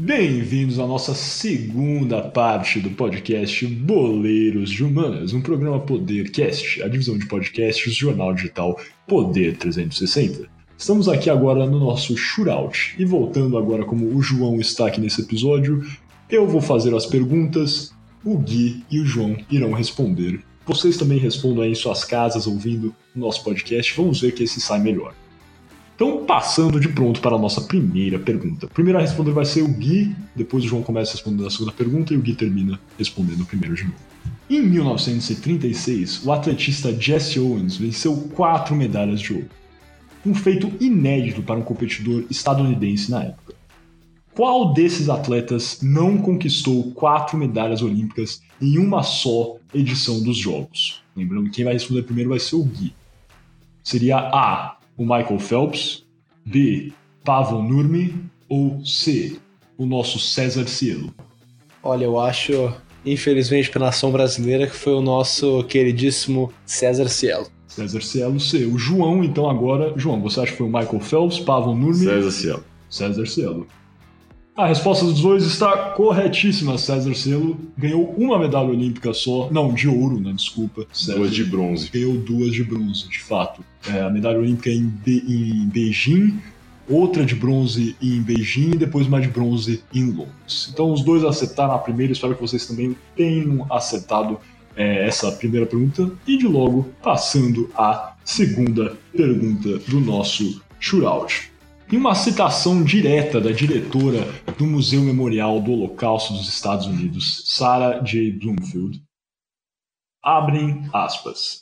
Bem-vindos à nossa segunda parte do podcast Boleiros de Humanas, um programa Podercast, a divisão de podcasts do jornal digital Poder 360. Estamos aqui agora no nosso shootout e voltando agora como o João está aqui nesse episódio, eu vou fazer as perguntas, o Gui e o João irão responder. Vocês também respondam aí em suas casas ouvindo o nosso podcast, vamos ver que esse sai melhor. Então, passando de pronto para a nossa primeira pergunta. Primeiro a responder vai ser o Gui, depois o João começa respondendo a segunda pergunta e o Gui termina respondendo o primeiro de novo. Em 1936, o atletista Jesse Owens venceu 4 medalhas de ouro. Um feito inédito para um competidor estadunidense na época. Qual desses atletas não conquistou 4 medalhas olímpicas em uma só edição dos Jogos? Lembrando que quem vai responder primeiro vai ser o Gui. Seria A, o Michael Phelps, B, Paavo Nurmi ou C, o nosso César Cielo? Olha, eu acho, infelizmente para a nação brasileira, que foi o nosso queridíssimo César Cielo. César Cielo, C. O João, então agora... João, você acha que foi o Michael Phelps, Paavo Nurmi? César Cielo. César Cielo. A resposta dos dois está corretíssima. César Cielo ganhou uma medalha olímpica só. Não, de ouro, né? Desculpa. César 2 de bronze. Ganhou 2 de bronze, de fato. A medalha olímpica em Beijing, outra de bronze em Beijing e depois uma de bronze em Londres. Então os dois acertaram a primeira. Espero que vocês também tenham acertado essa primeira pergunta. E de logo, passando à segunda pergunta do nosso shootout. Em uma citação direta da diretora do Museu Memorial do Holocausto dos Estados Unidos, Sarah J. Bloomfield, abrem aspas.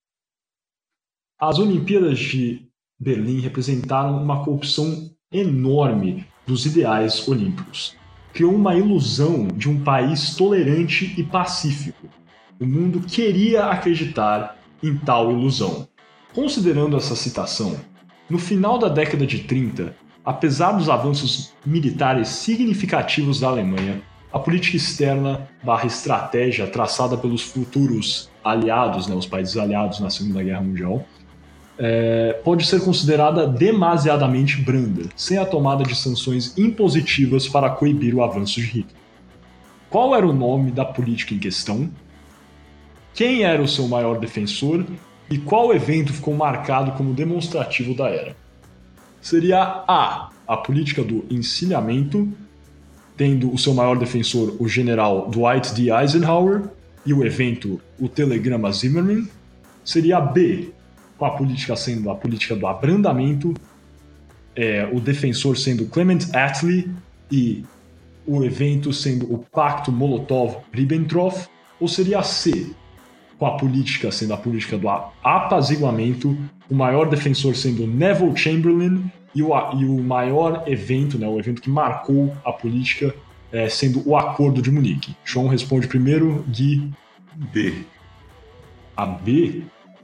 As Olimpíadas de Berlim representaram uma corrupção enorme dos ideais olímpicos. Criou uma ilusão de um país tolerante e pacífico. O mundo queria acreditar em tal ilusão. Considerando essa citação, no final da década de 30, apesar dos avanços militares significativos da Alemanha, a política externa / estratégia traçada pelos futuros aliados, os países aliados na Segunda Guerra Mundial, pode ser considerada demasiadamente branda, sem a tomada de sanções impositivas para coibir o avanço de Hitler. Qual era o nome da política em questão? Quem era o seu maior defensor? E qual evento ficou marcado como demonstrativo da era? Seria a política do encilhamento, tendo o seu maior defensor o general Dwight D. Eisenhower, e o evento o telegrama Zimmermann. Seria B, com a política sendo a política do abrandamento, o defensor sendo Clement Attlee, e o evento sendo o pacto Molotov-Ribbentrop, ou seria C, com a política sendo a política do apaziguamento, o maior defensor sendo Neville Chamberlain e o maior evento, o evento que marcou a política, sendo o Acordo de Munique. João responde primeiro, Gui. B. A B?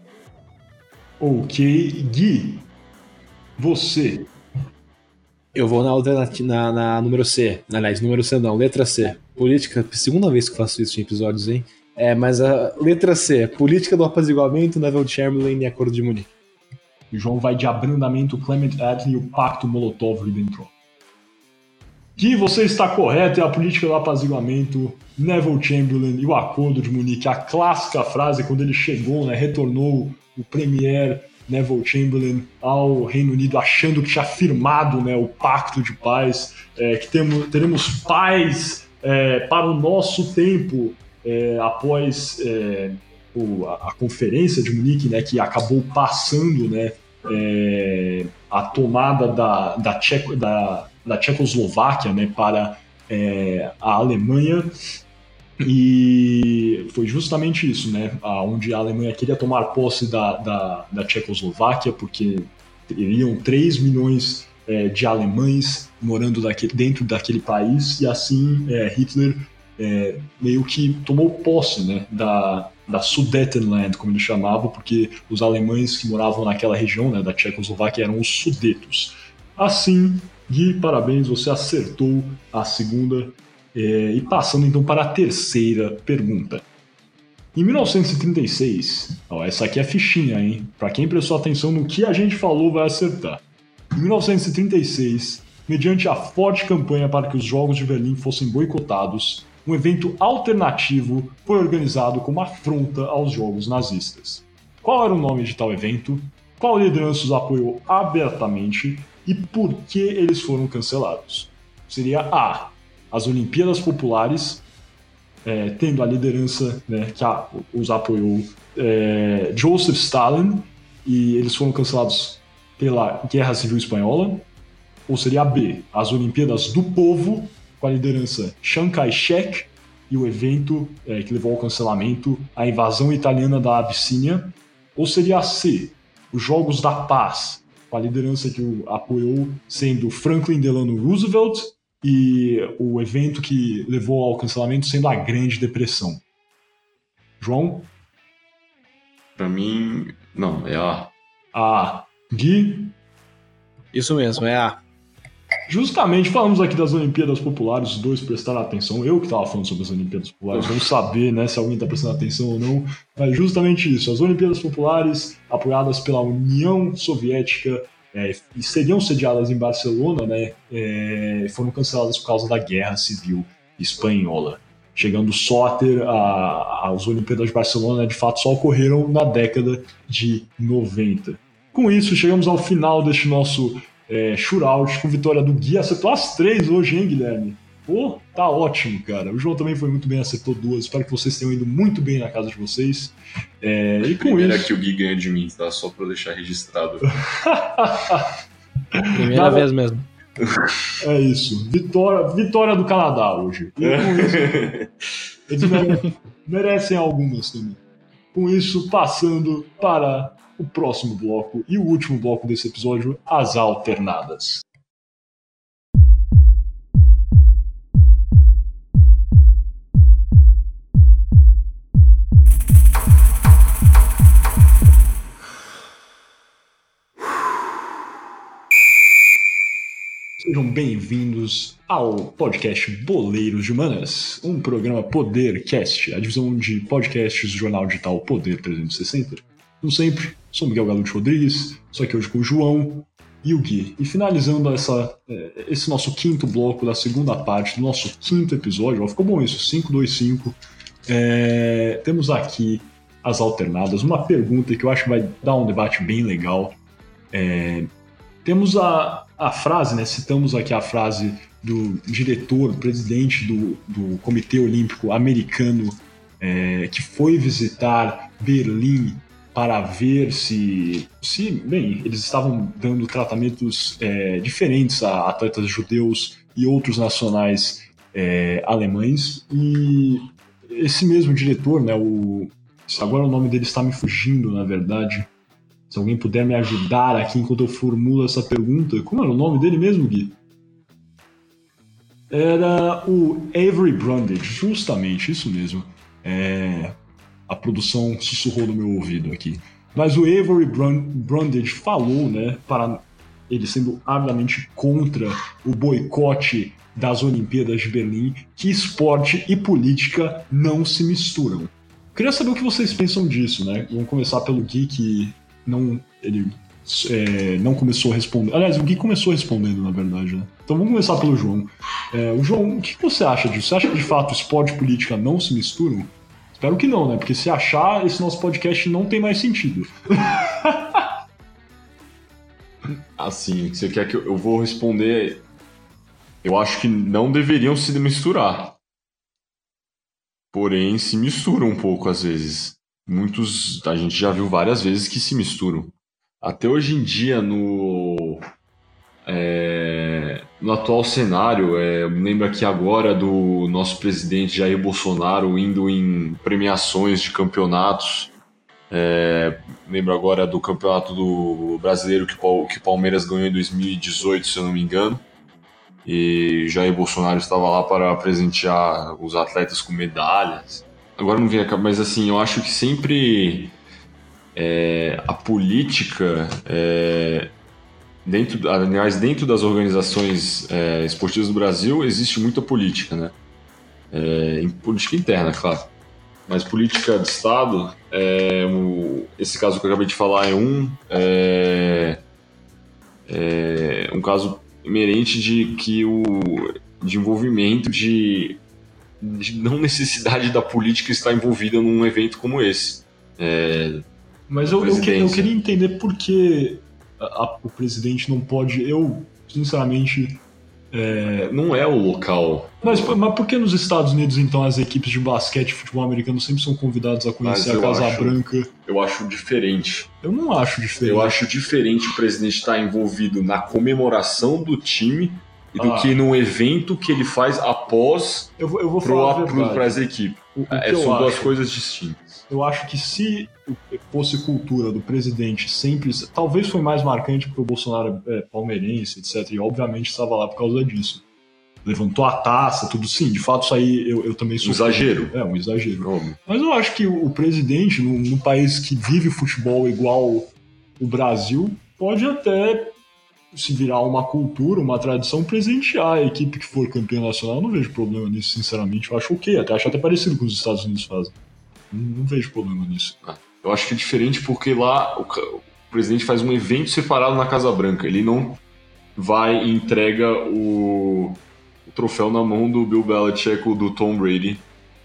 Ok, Gui. Você. Eu vou na número C. Aliás, número C não, letra C. Política, segunda vez que eu faço isso em episódios, hein? Mas a letra C, política do apaziguamento, Neville Chamberlain e Acordo de Munique. O João vai de abrandamento, Clement Attlee e o pacto Molotov-Ribbentrop. Que você está correto, é a política do apaziguamento, Neville Chamberlain e o Acordo de Munique. A clássica frase quando ele chegou, retornou o premier Neville Chamberlain ao Reino Unido achando que tinha firmado o pacto de paz, que teremos paz para o nosso tempo. Após a conferência de Munique, que acabou passando a tomada da Tchecoslováquia para a Alemanha, e foi justamente isso, onde a Alemanha queria tomar posse da Tchecoslováquia, porque teriam 3 milhões de alemães morando dentro daquele país, e assim Hitler meio que tomou posse da Sudetenland, como eles chamavam, porque os alemães que moravam naquela região da Tchecoslováquia eram os Sudetos. Assim, Gui, parabéns, você acertou a segunda. E passando então para a terceira pergunta. Em 1936, essa aqui é fichinha, hein? Para quem prestou atenção no que a gente falou vai acertar. Em 1936, mediante a forte campanha para que os Jogos de Berlim fossem boicotados, um evento alternativo foi organizado como afronta aos Jogos nazistas. Qual era o nome de tal evento? Qual liderança os apoiou abertamente e por que eles foram cancelados? Seria A. As Olimpíadas Populares, tendo a liderança, né, que os apoiou Joseph Stalin, e eles foram cancelados pela Guerra Civil Espanhola. Ou seria B. As Olimpíadas do Povo, com a liderança Chiang Kai-shek, e o evento que levou ao cancelamento, a invasão italiana da Abissínia. Ou seria C. Os Jogos da Paz, com a liderança que o apoiou sendo Franklin Delano Roosevelt, e o evento que levou ao cancelamento sendo a Grande Depressão. João? Pra mim, não, é A. A. Gui? Isso mesmo, é A. Justamente falamos aqui das Olimpíadas Populares, os dois prestaram atenção. Eu que estava falando sobre as Olimpíadas Populares, vamos saber, né, se alguém está prestando atenção ou não. Mas justamente isso, as Olimpíadas Populares, apoiadas pela União Soviética, e seriam sediadas em Barcelona, né, foram canceladas por causa da Guerra Civil Espanhola. Chegando só a ter as Olimpíadas de Barcelona, de fato, só ocorreram na década de 90. Com isso, chegamos ao final deste nosso shootout, com vitória do Gui. Acertou as 3 hoje, hein, Guilherme? Pô, tá ótimo, cara. O João também foi muito bem, acertou 2. Espero que vocês tenham ido muito bem na casa de vocês. E com Primeira isso... que o Gui ganha de mim, tá? Só pra eu deixar registrado. Primeira vez mesmo. É isso. Vitória do Canadá hoje. E com isso, eles merecem algumas também. Com isso, passando para o próximo bloco e o último bloco desse episódio, as alternadas. Sejam bem-vindos ao podcast Boleiros de Humanas, um programa Podercast, a divisão de podcasts do jornal digital Poder 360. Como sempre, sou Miguel Galute Rodrigues, estou aqui hoje com o João e o Gui. E finalizando esse nosso quinto bloco da segunda parte do nosso quinto episódio, ficou bom isso, 525, temos aqui as alternadas, uma pergunta que eu acho que vai dar um debate bem legal. Temos a frase, né? Citamos aqui a frase do diretor, presidente do Comitê Olímpico Americano, que foi visitar Berlim para ver se bem, eles estavam dando tratamentos diferentes a atletas judeus e outros nacionais alemães. E esse mesmo diretor, né? Agora o nome dele está me fugindo, na verdade. Se alguém puder me ajudar aqui enquanto eu formulo essa pergunta. Como era o nome dele mesmo, Gui? Era o Avery Brundage, justamente, isso mesmo. A produção sussurrou no meu ouvido aqui. Mas o Avery Brundage falou, né, para ele sendo avidamente contra o boicote das Olimpíadas de Berlim, que esporte e política não se misturam. Queria saber o que vocês pensam disso, né? Vamos começar pelo Gui, que ele não começou respondendo. Aliás, o Gui começou respondendo, na verdade, né? Então vamos começar pelo João. O João, o que você acha disso? Você acha que de fato esporte e política não se misturam? Espero que não, né? Porque se achar, esse nosso podcast não tem mais sentido. Assim, você quer que eu vou responder? Eu acho que não deveriam se misturar. Porém, se misturam um pouco às vezes. A gente já viu várias vezes que se misturam. Até hoje em dia, no atual cenário, eu me lembro aqui agora do nosso presidente Jair Bolsonaro indo em premiações de campeonatos. Lembro agora do campeonato do brasileiro que o Palmeiras ganhou em 2018, se eu não me engano. E Jair Bolsonaro estava lá para presentear os atletas com medalhas. Agora não vem a cabeça, mas assim, eu acho que sempre a política, dentro das organizações esportivas do Brasil, existe muita política, né? Política interna, claro. Mas política de Estado, esse caso que eu acabei de falar é um caso inerente de envolvimento, de não necessidade da política estar envolvida num evento como esse. Mas eu queria entender por que o presidente não pode. Eu, sinceramente. Não é o local. Mas por que nos Estados Unidos, então, as equipes de basquete e futebol americano sempre são convidadas a conhecer a Casa Branca? Eu acho diferente. Eu não acho diferente. Eu acho diferente o presidente estar envolvido na comemoração do time e do que no evento que ele faz após eu vou falar para as equipes. São duas coisas distintas. Eu acho que se fosse cultura do presidente sempre... Talvez foi mais marcante porque o Bolsonaro é palmeirense, etc. E obviamente estava lá por causa disso. Levantou a taça, tudo sim. De fato, isso aí eu também sou... Um exagero. Um exagero. Mas eu acho que o presidente, num país que vive futebol igual o Brasil, pode até se virar uma cultura, uma tradição, presentear a equipe que for campeã nacional. Eu não vejo problema nisso, sinceramente. Eu acho ok. Acho até parecido com os Estados Unidos fazem. Não vejo problema nisso. Eu acho que é diferente porque lá o presidente faz um evento separado na Casa Branca. Ele não vai e entrega o troféu na mão do Bill Belichick ou do Tom Brady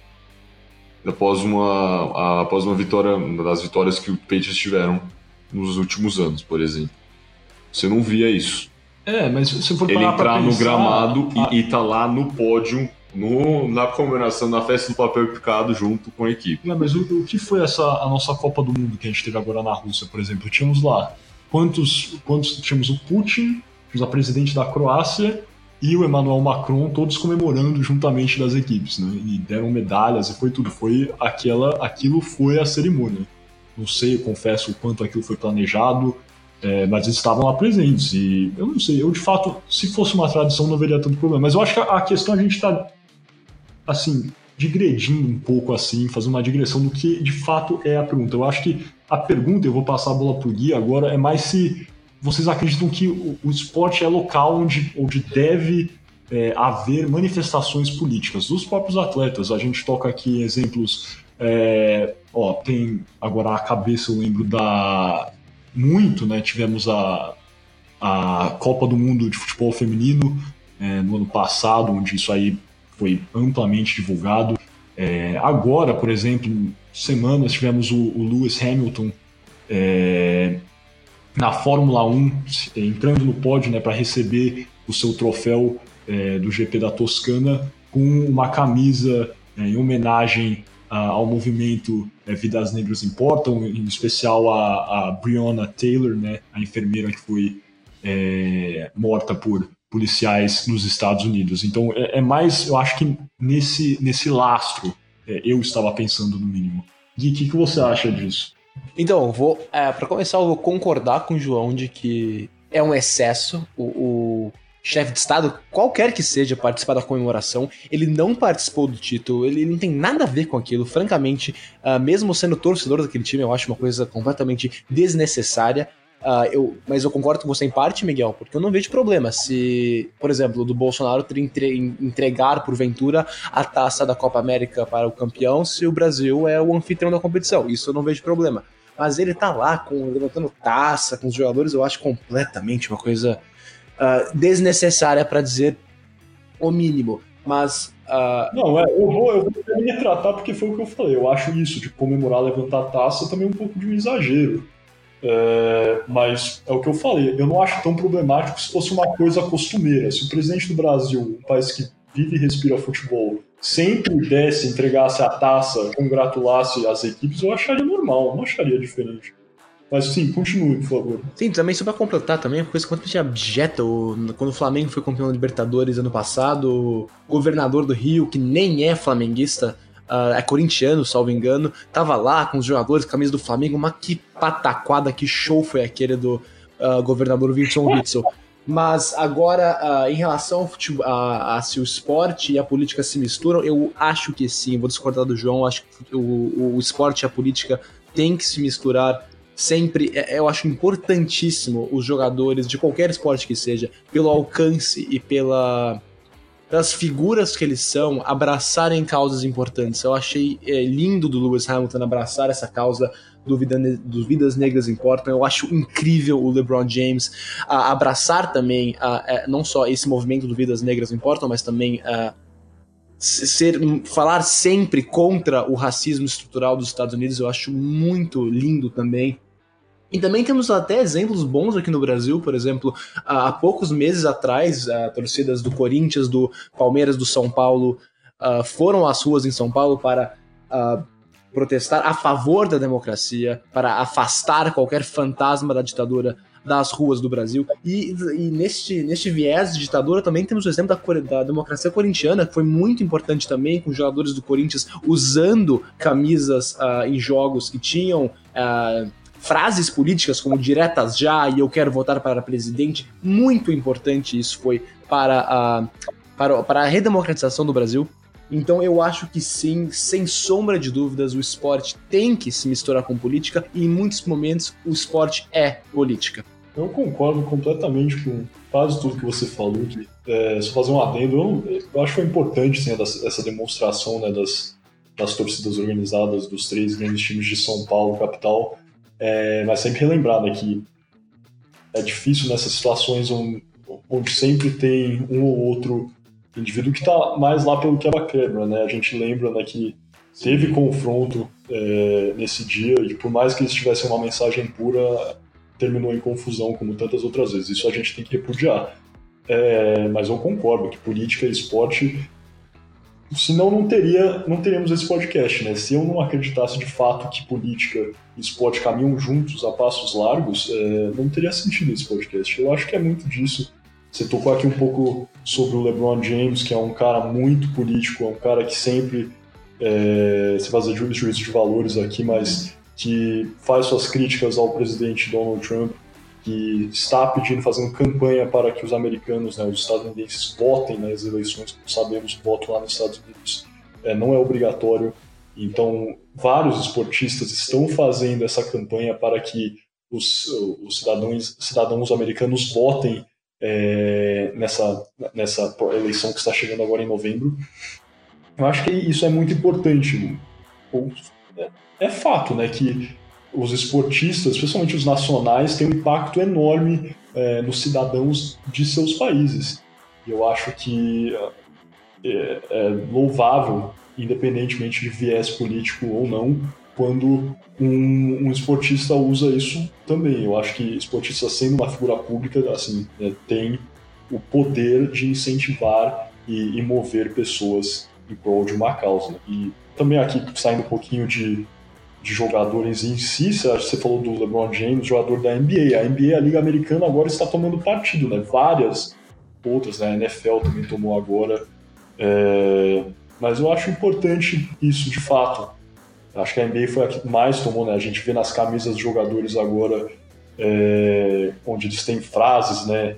após uma vitória, uma das vitórias que o Patriots tiveram nos últimos anos, por exemplo. Você não via isso. Mas se for ele entrar no gramado e tá lá no pódio, na comemoração, na festa do papel picado junto com a equipe. Mas o que foi a nossa Copa do Mundo que a gente teve agora na Rússia, por exemplo? Tínhamos lá quantos tínhamos o Putin, tínhamos a presidente da Croácia e o Emmanuel Macron, todos comemorando juntamente das equipes, né? E deram medalhas e foi tudo. Aquilo foi a cerimônia. Não sei, eu confesso o quanto aquilo foi planejado, mas eles estavam lá presentes. E eu não sei, de fato, se fosse uma tradição não veria tanto problema. Mas eu acho que a questão a gente está assim, digredindo um pouco assim, fazendo uma digressão do que de fato é a pergunta. Eu acho que a pergunta, eu vou passar a bola pro Gui agora, é mais se vocês acreditam que o esporte é local onde deve haver manifestações políticas dos próprios atletas. A gente toca aqui exemplos, tem agora a cabeça, eu lembro né? Tivemos a Copa do Mundo de Futebol Feminino no ano passado, onde isso aí foi amplamente divulgado. Agora, por exemplo, semanas tivemos o Lewis Hamilton na Fórmula 1 entrando no pódio, né, para receber o seu troféu do GP da Toscana com uma camisa em homenagem ao movimento Vidas Negras Importam, em especial a Breonna Taylor, né, a enfermeira que foi morta por policiais nos Estados Unidos. Então mais, eu acho que nesse lastro eu estava pensando no mínimo. Gui, o que você acha disso? Então, para começar, eu vou concordar com o João de que é um excesso o chefe de Estado, qualquer que seja, participar da comemoração. Ele não participou do título, ele não tem nada a ver com aquilo, francamente, mesmo sendo torcedor daquele time, eu acho uma coisa completamente desnecessária. Mas eu concordo com você em parte, Miguel, porque eu não vejo problema se, por exemplo, do Bolsonaro entregar, porventura, a taça da Copa América para o campeão se o Brasil é o anfitrião da competição. Isso eu não vejo problema. Mas ele tá lá levantando taça com os jogadores, eu acho completamente uma coisa desnecessária, para dizer o mínimo. Mas... eu vou me retratar porque foi o que eu falei. Eu acho isso, de comemorar, levantar taça, também um pouco de um exagero. Mas é o que eu falei, eu não acho tão problemático se fosse uma coisa costumeira. Se o presidente do Brasil, um país que vive e respira futebol, sempre entregasse a taça, congratulasse as equipes, eu acharia normal, não acharia diferente. Mas sim, continue, por favor. Sim, também só pra completar também, uma coisa completamente abjeta, quando o Flamengo foi campeão da Libertadores ano passado, o governador do Rio, que nem é flamenguista, é corintiano, salvo engano, tava lá com os jogadores, camisa do Flamengo, mas que pataquada, que show foi aquele do governador Wilson Witzel. Mas agora, em relação ao futebol, se o esporte e a política se misturam, eu acho que sim, vou discordar do João, acho que o esporte e a política têm que se misturar sempre. Eu acho importantíssimo os jogadores de qualquer esporte que seja, pelo alcance e pela pelas figuras que eles são, abraçarem causas importantes. Eu achei lindo do Lewis Hamilton abraçar essa causa do Vidas Negras Importam. Eu acho incrível o LeBron James abraçar também não só esse movimento do Vidas Negras Importam, mas também falar sempre contra o racismo estrutural dos Estados Unidos. Eu acho muito lindo também. E também temos até exemplos bons aqui no Brasil. Por exemplo, há poucos meses atrás, torcidas do Corinthians, do Palmeiras, do São Paulo foram às ruas em São Paulo para protestar a favor da democracia, para afastar qualquer fantasma da ditadura das ruas do Brasil. E neste viés de ditadura também temos o exemplo da democracia corintiana, que foi muito importante também, com jogadores do Corinthians usando camisas em jogos que tinham frases políticas como diretas já e eu quero votar para presidente. Muito importante isso foi para a redemocratização do Brasil. Então eu acho que sim, sem sombra de dúvidas, o esporte tem que se misturar com política e em muitos momentos o esporte é política. Eu concordo completamente com quase tudo que você falou. Só fazer um adendo, eu acho importante sim, essa demonstração, né, das torcidas organizadas dos 3 grandes times de São Paulo, capital, mas sempre relembrar, né, que é difícil nessas situações onde sempre tem um ou outro indivíduo que está mais lá pelo quebra-quebra, né? A gente lembra, né, que teve confronto nesse dia e por mais que eles tivessem uma mensagem pura, terminou em confusão como tantas outras vezes. Isso a gente tem que repudiar. Mas eu concordo que política e esporte, senão não teríamos esse podcast, né? Se eu não acreditasse de fato que política e esporte caminham juntos a passos largos, não teria sentido esse podcast. Eu acho que é muito disso. Você tocou aqui um pouco sobre o LeBron James, que é um cara muito político, é um cara que sempre se faz juízo de valores aqui, mas que faz suas críticas ao presidente Donald Trump, que está fazendo campanha para que os americanos, né, os estadunidenses, votem nas eleições. Como sabemos, o voto lá nos Estados Unidos não é obrigatório. Então, vários esportistas estão fazendo essa campanha para que os cidadãos americanos votem nessa eleição que está chegando agora em novembro. Eu acho que isso é muito importante. É fato, né, que os esportistas, especialmente os nacionais, têm um impacto enorme nos cidadãos de seus países. E eu acho que é louvável, independentemente de viés político ou não, quando um esportista usa isso também. Eu acho que esportista, sendo uma figura pública, assim, tem o poder de incentivar e mover pessoas em prol de uma causa. E também aqui, saindo um pouquinho de jogadores em si, você falou do LeBron James, jogador da NBA. A NBA, a Liga Americana, agora está tomando partido, né? Várias outras, né? A NFL também tomou agora. Mas eu acho importante isso, de fato. Acho que a NBA foi a que mais tomou, né? A gente vê nas camisas dos jogadores agora, onde eles têm frases, né?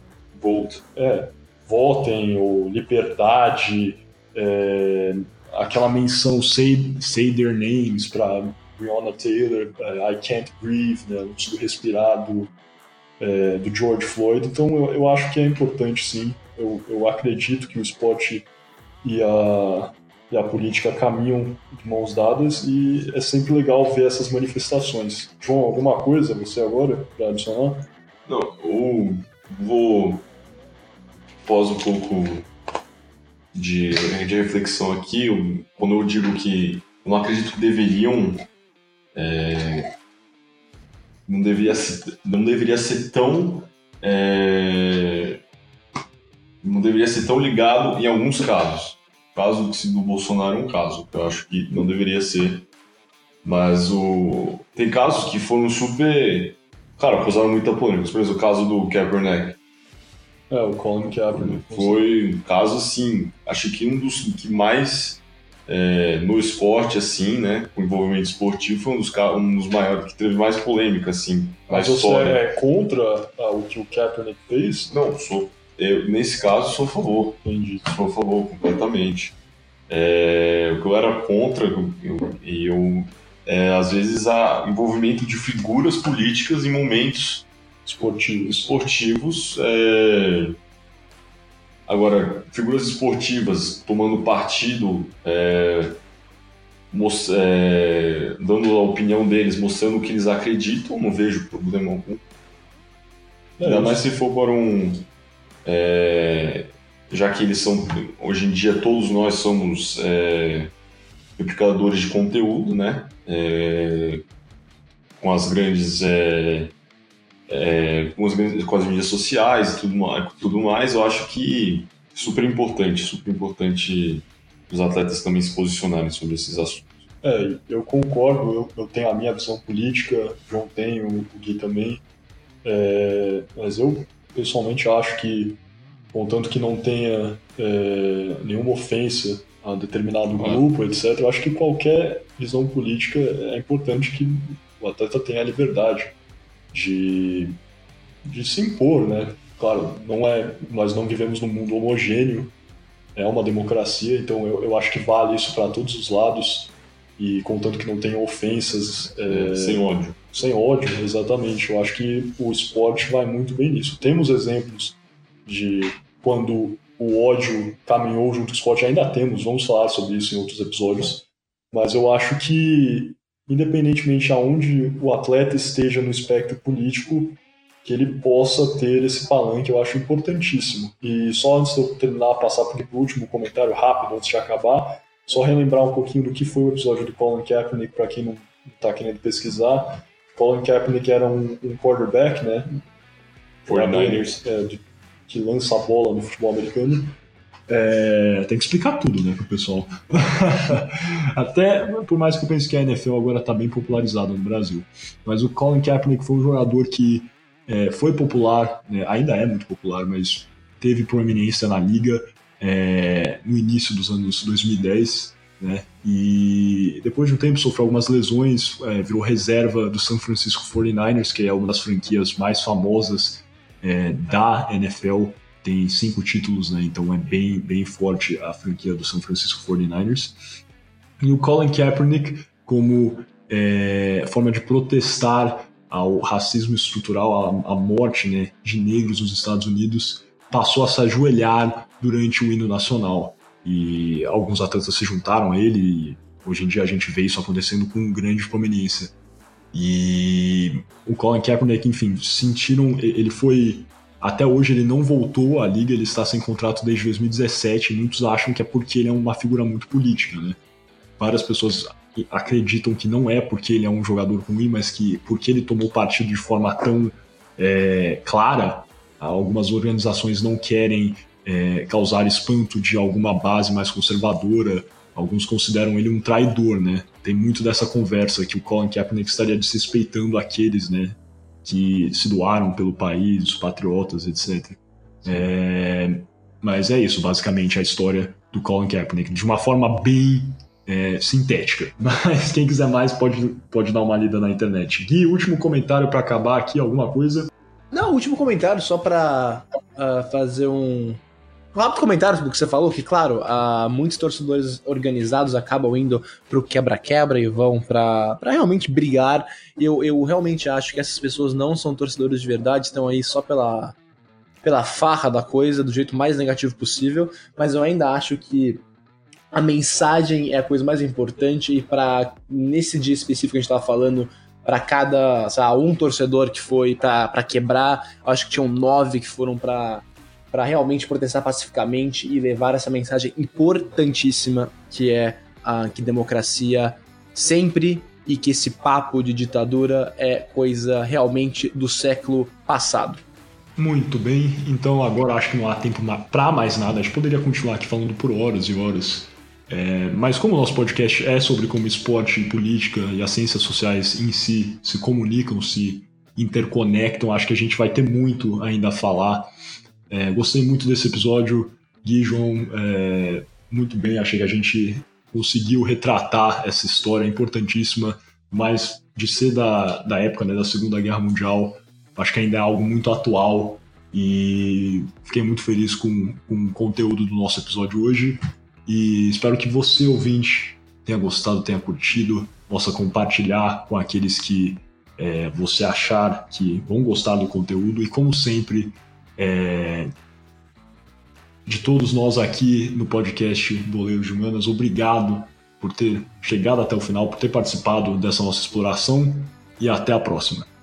Votem, ou liberdade, aquela menção say their names para Breonna Taylor, I Can't Breathe, né? Não consigo respirar, do George Floyd. Então eu acho que é importante, sim. Eu acredito que o esporte e a política caminham de mãos dadas e é sempre legal ver essas manifestações. João, alguma coisa você agora para adicionar? Não, eu vou pós um pouco de reflexão aqui. Quando eu digo que eu não acredito que deveriam não deveria ser tão ligado em alguns casos. O caso do Bolsonaro é um caso, eu acho que não deveria ser, mas tem casos que foram super, causaram muita polêmica. Por exemplo, o caso do Kaepernick. O Colin Kaepernick. Foi um caso, assim, acho que um dos que mais, no esporte, assim, né, com envolvimento esportivo, foi um dos maiores, que teve mais polêmica, assim, na história. Você é contra o que o Kaepernick fez? Não, nesse caso, sou a favor. Entendi. Sou a favor, completamente. O que eu era contra, às vezes, há envolvimento de figuras políticas em momentos esportivos Agora, figuras esportivas tomando partido, dando a opinião deles, mostrando o que eles acreditam, não vejo problema algum. Ainda mais se for para já que eles são, hoje em dia todos nós somos replicadores de conteúdo, né? Com as grandes com as mídias sociais e tudo mais, eu acho que super importante os atletas também se posicionarem sobre esses assuntos. Eu concordo, eu tenho a minha visão política, o João tem, o Gui também, mas eu pessoalmente acho que, contanto que não tenha nenhuma ofensa a determinado grupo, etc., eu acho que qualquer visão política é importante que o atleta tenha a liberdade de se impor, né? Claro, nós não vivemos num mundo homogêneo, é uma democracia, então eu acho que vale isso para todos os lados, e contanto que não tenha ofensas... sem ódio. Sem ódio, exatamente. Eu acho que o esporte vai muito bem nisso. Temos exemplos de quando o ódio caminhou junto com o esporte, ainda temos, vamos falar sobre isso em outros episódios, mas eu acho que, independentemente aonde o atleta esteja no espectro político, que ele possa ter esse palanque, eu acho importantíssimo. E só antes de eu terminar, passar por último comentário rápido, antes de acabar, só relembrar um pouquinho do que foi o episódio do Colin Kaepernick, para quem não está querendo pesquisar. Colin Kaepernick era um quarterback, né? 49ers. Que lança a bola no futebol americano. Tem que explicar tudo, né, pro pessoal. Até, por mais que eu pense que a NFL agora está bem popularizada no Brasil. Mas o Colin Kaepernick foi um jogador que foi popular, né, ainda é muito popular, mas teve proeminência na liga no início dos anos 2010, né, e depois de um tempo sofreu algumas lesões, virou reserva do San Francisco 49ers, que é uma das franquias mais famosas da NFL, tem 5 títulos, né, então é bem, bem forte a franquia do San Francisco 49ers. E o Colin Kaepernick, como forma de protestar ao racismo estrutural, à morte, né, de negros nos Estados Unidos, passou a se ajoelhar durante o hino nacional. E alguns atletas se juntaram a ele, e hoje em dia a gente vê isso acontecendo com grande proeminência. E o Colin Kaepernick, enfim, ele foi... Até hoje ele não voltou à liga, ele está sem contrato desde 2017, e muitos acham que é porque ele é uma figura muito política, né? Várias pessoas acreditam que não é porque ele é um jogador ruim, mas que porque ele tomou partido de forma tão clara, algumas organizações não querem causar espanto de alguma base mais conservadora, alguns consideram ele um traidor, né? Tem muito dessa conversa que o Colin Kaepernick estaria desrespeitando aqueles, né, que se doaram pelo país, os patriotas, etc. Mas é isso, basicamente, a história do Colin Kaepernick, de uma forma bem sintética. Mas quem quiser mais pode dar uma lida na internet. Gui, último comentário para acabar aqui, alguma coisa? Não, último comentário, só para fazer um rápido comentário sobre o que você falou, que, claro, muitos torcedores organizados acabam indo pro quebra-quebra e vão para realmente brigar. Eu realmente acho que essas pessoas não são torcedores de verdade, estão aí só pela farra da coisa, do jeito mais negativo possível, mas eu ainda acho que a mensagem é a coisa mais importante, e nesse dia específico que a gente estava falando, para cada, sei lá, um torcedor que foi para quebrar, acho que tinham 9 que foram para realmente protestar pacificamente e levar essa mensagem importantíssima, que é que democracia sempre, e que esse papo de ditadura é coisa realmente do século passado. Muito bem, então agora acho que não há tempo para mais nada, a gente poderia continuar aqui falando por horas e horas, mas como o nosso podcast é sobre como esporte, política e as ciências sociais em si se comunicam, se interconectam, acho que a gente vai ter muito ainda a falar. Gostei muito desse episódio, Gui, João, muito bem, achei que a gente conseguiu retratar essa história importantíssima, mas de ser da época, né, da Segunda Guerra Mundial, acho que ainda é algo muito atual, e fiquei muito feliz com o conteúdo do nosso episódio hoje, e espero que você, ouvinte, tenha gostado, tenha curtido, possa compartilhar com aqueles que você achar que vão gostar do conteúdo, e como sempre, de todos nós aqui no podcast Boleiros de Humanas, obrigado por ter chegado até o final, por ter participado dessa nossa exploração e até a próxima.